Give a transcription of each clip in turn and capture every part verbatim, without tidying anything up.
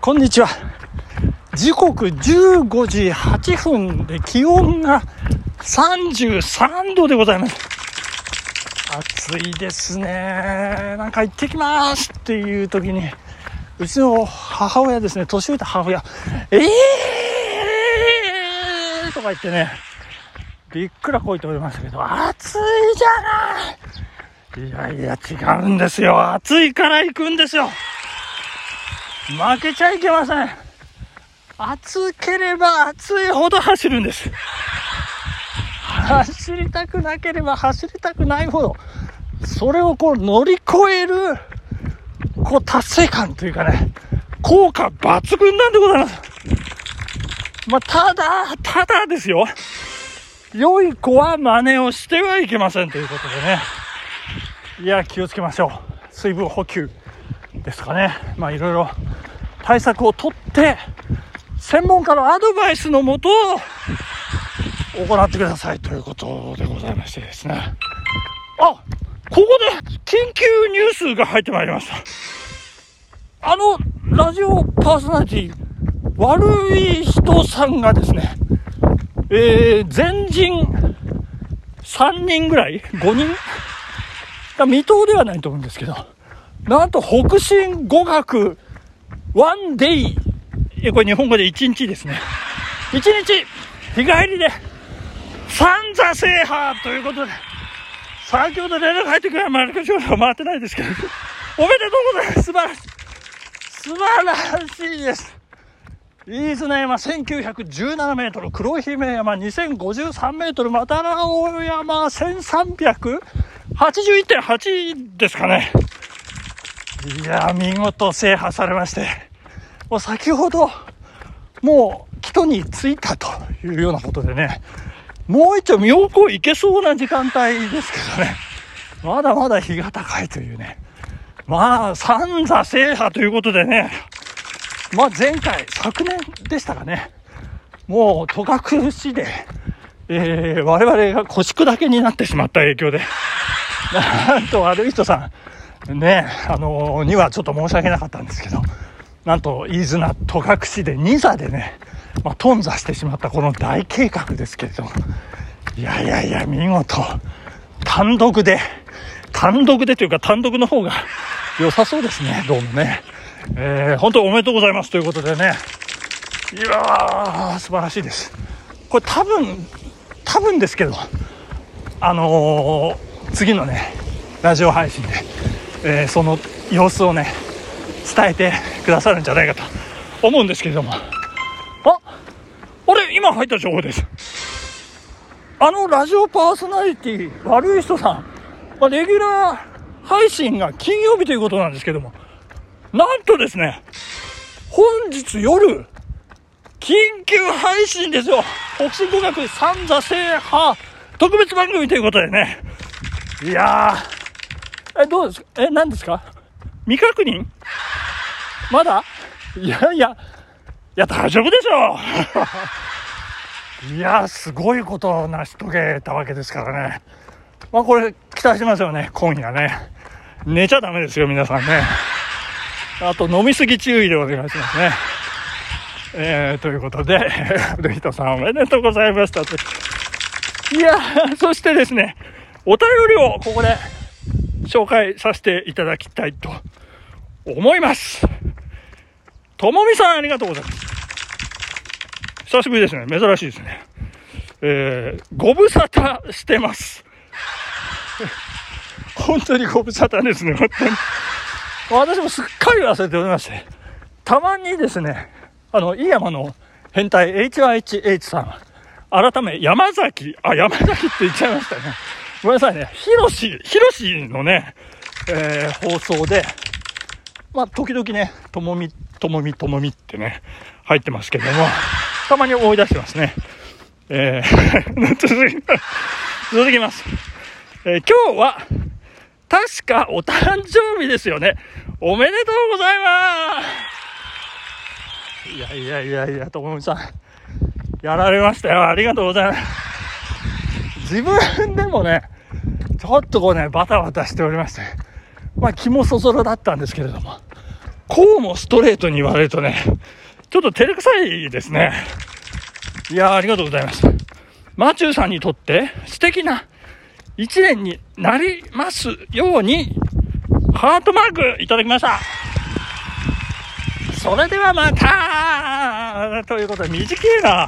こんにちは。時刻じゅうごじはっぷんで気温がさんじゅうさんどでございます。暑いですね。なんか行ってきますっていう時にうちの母親ですね、年老いた母親、えーとか言ってね、びっくらこいておりましたけど、暑いじゃない。いやいや違うんですよ。暑いから行くんですよ。負けちゃいけません。暑ければ暑いほど走るんです。走りたくなければ走りたくないほど、それをこう乗り越えるこう達成感というかね、効果抜群なんでございます。まあ、ただただですよ、良い子は真似をしてはいけませんということでね、いや気をつけましょう。水分補給ですかね。まあいろいろ対策をとって専門家のアドバイスのもと行ってくださいということでございましてですね。あ、ここで緊急ニュースが入ってまいりました。あのラジオパーソナリティ悪い人さんがですね、えー、全人さんにんぐらいごにん未踏ではないと思うんですけど、なんと北進語学ワンデイ、これ日本語でいちにちですね、いちにち日帰りで三座制覇ということで、先ほど連絡入ってくれば丸く仕事は回ってないですけど、おめでとうございます。素晴らしい素晴らしいです。飯綱山せんきゅうひゃくじゅうななメートル、黒姫山にせんごじゅうさんメートル、またらお山せんさんびゃくはちじゅういってんはちですかね。いや見事制覇されまして、もう先ほどもう木戸に着いたというようなことでね、もう一丁妙高行けそうな時間帯ですけどね、まだまだ日が高いというね、まあ三座制覇ということでね、まあ前回昨年でしたかね、もう戸隠市で、えー、我々が腰砕けになってしまった影響で、なんと悪い人さんね、あのー、にはちょっと申し訳なかったんですけど、なんと飯綱戸隠市でに座でね、まあ、頓挫してしまったこの大計画ですけれども、いやいやいや見事単独で単独でというか単独の方が良さそうですね、どうもね、えー、本当おめでとうございますということでね、いやー素晴らしいです。これ多分多分ですけど、あのー、次のねラジオ配信で、えー、その様子をね伝えてくださるんじゃないかと思うんですけれども、あ、あれ今入った情報です。あのラジオパーソナリティ悪い人さん、まあ、レギュラー配信が金曜日ということなんですけども、なんとですね本日夜緊急配信ですよ。北進語学三座制覇特別番組ということでね、いやー、えどうですか、え何ですか、未確認まだ、いやいやいや大丈夫でしょういやすごいことを成し遂げたわけですからね、まあこれ期待してますよね。今夜ね寝ちゃダメですよ皆さんね。あと飲みすぎ注意でお願いしますね。えー、ということでルヒトさんおめでとうございましたと。いやそしてですね、お便りをここで紹介させていただきたいと思います。ともみさんありがとうございます。久しぶりですね、珍しいですね。えー、ご無沙汰してます本当にご無沙汰ですね。本当に私もすっかり忘れておりまして、たまにですね、あの井山の変態 エイチワイエイチエイチ さん、改め山崎、あ山崎って言っちゃいましたね、ごめんなさいね、ひろしひろしのね、えー、放送でまあ時々ねともみともみともみってね入ってますけども、たまに思い出してますね。えー、続き続きます、えー、今日は確かお誕生日ですよね。おめでとうございます。いやいやいやいや、ともみさんやられましたよ。ありがとうございます。自分でもねちょっとこうねバタバタしておりまして、まあ気もそぞろだったんですけれども、 こうもストレートに言われるとね、ちょっと照れくさいですね。いやー、ありがとうございます。マチューさんにとって素敵な一年になりますように、ハートマークいただきました。それではまたということで、短いな。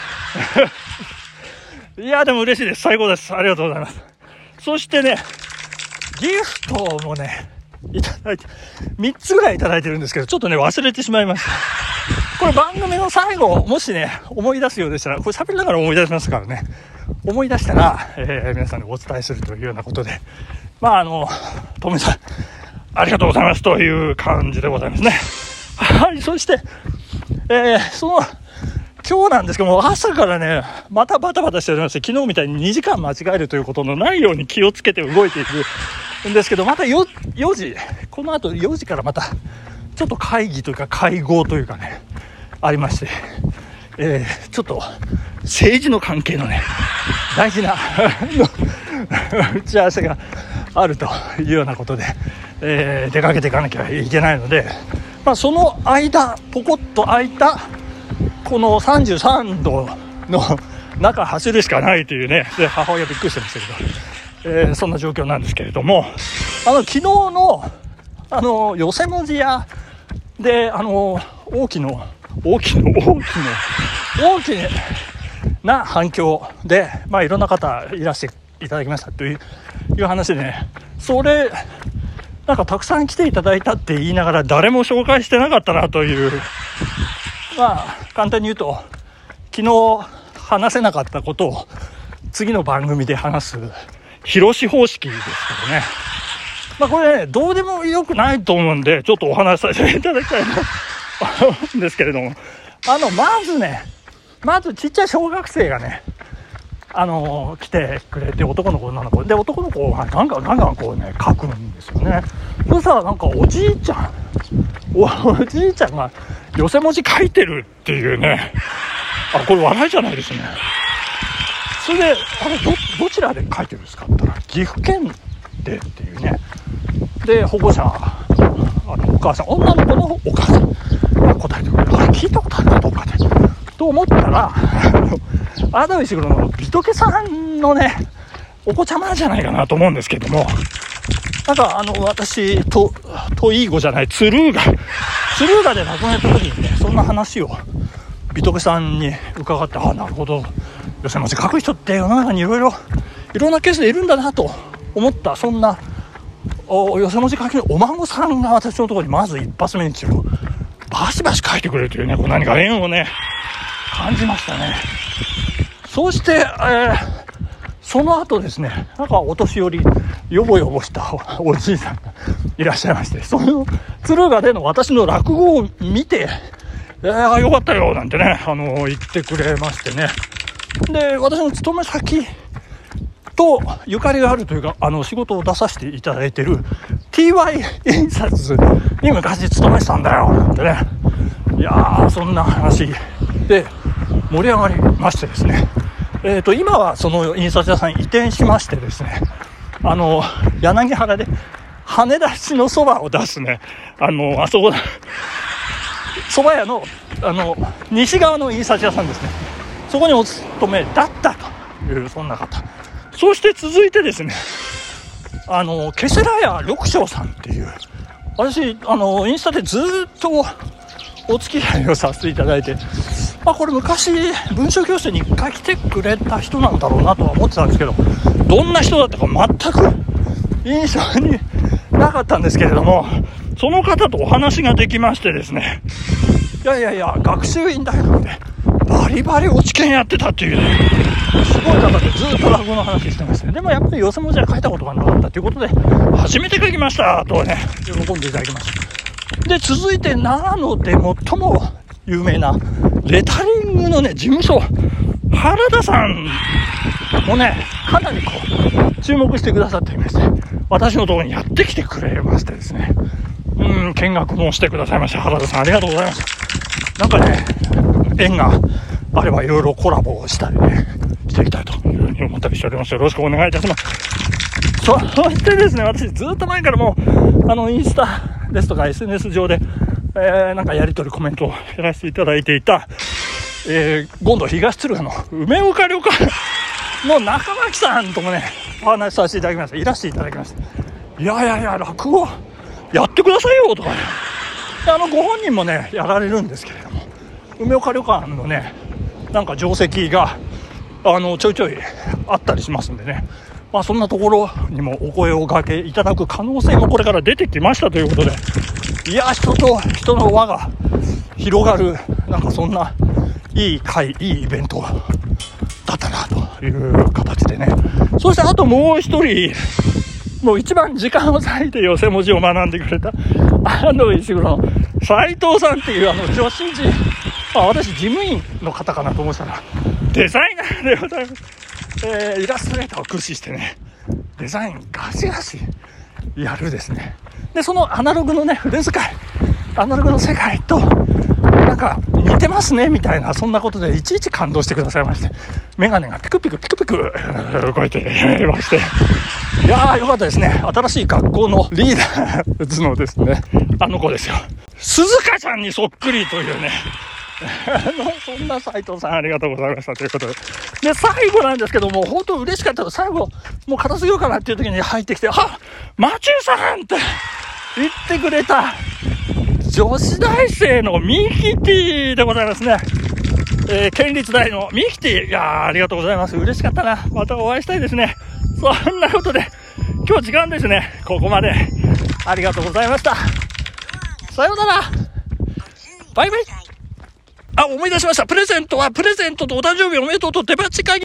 いや、でも嬉しいです。最高です。ありがとうございます。そしてね、ギフトもね、いただいて、みっつぐらいいただいてるんですけど、ちょっとね、忘れてしまいました。これ番組の最後、もしね、思い出すようでしたら、これ喋りながら思い出しますからね。思い出したら、えー、皆さんにお伝えするというようなことで、まあ、あの、とめさん、ありがとうございますという感じでございますね。はい、そして、えー、その、今日なんですけども、朝からね、またバタバタしておりまして、昨日みたいににじかん間違えるということのないように気をつけて動いていくんですけど、また よ, よじ、この後よじからまた、ちょっと会議というか会合というかね、ありまして、えー、ちょっと政治の関係のね、大事な打ち合わせがあるというようなことで、えー、出かけていかなきゃいけないので、まあ、その間、ポコッと空いた、このさんじゅうさんどの中走るしかないというね、で母親びっくりしてましたけど、えー、そんな状況なんですけれども、あの昨日のあの寄せ文字屋で、あの大きの大きの大きの大きな反響で、まあいろんな方いらしていただきましたといういう話でね、それなんかたくさん来ていただいたって言いながら誰も紹介してなかったなという、まあ簡単に言うと昨日話せなかったことを次の番組で話す広し方式ですけどね、まあこれねどうでもよくないと思うんでちょっとお話しさせていただきたいと思うんですけれども、あのまずねまずちっちゃい小学生がねあの来てくれて、男の子女の子で、男の子がガンガンガンガンこうね書くんですよね。そしたらなんかおじいちゃんお, おじいちゃんが寄せ文字書いてるっていうね、あこれ笑いじゃないですね。それであれ ど, どちらで書いてるんですかって言ったら岐阜県でっていうね。で保護者あのお母さん女の子のお母さんが答えてくれる。あれ聞いたことあるかどうかでと思ったらアダウイシグロのビトケさんのねお子ちゃまじゃないかなと思うんですけども、なんかあの私とトイーゴじゃないツルーガツルーガで亡くなった時にねそんな話をビトケさんに伺って、あなるほど寄せ文字書く人って世の中にいろいろいろんなケースでいるんだなと思った。そんなお寄せ文字書きのお孫さんが私のところにまず一発目に来てバシバシ書いてくれるというね、これ何か縁をね感じましたね。そうして、えー、その後ですね、なんかお年寄りヨボヨボしたおじいさんがいらっしゃいまして、その敦賀での私の落語を見て、えー、よかったよなんてね、あのー、言ってくれましてね。で、私の勤め先とゆかりがあるというか、あの仕事を出させていただいている ティーワイ 印刷に昔勤めてたんだよなんてね。いやーそんな話で盛り上がりましてですね、えーと今はその印刷屋さん移転しましてですね、あの柳原で羽出しのそばを出すね、あのあそこそば屋のあの西側の印刷屋さんですね、そこにお勤めだったというそんな方。そして続いてですね、あのケセラ屋緑章さんっていう、私あのインスタでずっとお付き合いをさせていただいて、まあ、これ昔文章教室に一回来てくれた人なんだろうなとは思ってたんですけど、どんな人だったか全く印象になかったんですけれども、その方とお話ができましてですね、いやいやいや学習院大学でバリバリ落ち研やってたっていうね、すごい方でずっと落語の話してましたね。でもやっぱり寄せ文字は書いたことがなかったということで、初めて書きましたとね喜んでいただきました。で続いて長野で最も有名なレタリングのね事務所原田さんもねかなりこう注目してくださっていまして、私のところにやってきてくれましてですね、うん見学もしてくださいました。原田さんありがとうございました。なんかね縁があればいろいろコラボをしたりねしていきたいというふうに思ったりしております。よろしくお願いいたします。そしてですね、私ずっと前からもうあのインスタですとか エスエヌエス 上でえー、なんかやり取りコメントをやらせていただいていた、えー、今度東敦賀の梅岡旅館の中巻さんともねお話しさせていただきました。いらしていただきました。いやいやいや落語やってくださいよとかね、あのご本人もねやられるんですけれども、梅岡旅館のねなんか定石があのちょいちょいあったりしますんでね、まあそんなところにもお声を掛けいただく可能性もこれから出てきましたということで、いや人と人の輪が広がる、なんかそんないい会いいイベントだったなという形でね。そしてあともう一人、もう一番時間を割いて寄せ文字を学んでくれたあの石黒の斉藤さんっていうあの女子児、あ私事務員の方かなと思ったらデザイナーでございます。えー、イラストレーターを駆使してねデザインガシガシやるですね。でそのアナログのね筆使い、アナログの世界となんか似てますねみたいな、そんなことでいちいち感動してくださいまして、メガネがピクピクピクピク動いてまして、いやーよかったですね。新しい学校のリーダーズのですねあの子ですよ、鈴鹿ちゃんにそっくりというねあのそんな斉藤さんありがとうございましたということで、で最後なんですけども本当嬉しかったの、最後もう片付けようかなっていう時に入ってきて、あマチューさんって言ってくれた女子大生のミキティでございますね。えー、県立大のミキティ、いやーありがとうございます。嬉しかったな。またお会いしたいですね。そんなことで今日時間ですね。ここまでありがとうございました。さようなら。バイバイ。あ、思い出しました。プレゼントはプレゼントとお誕生日おめでとうとデパ地下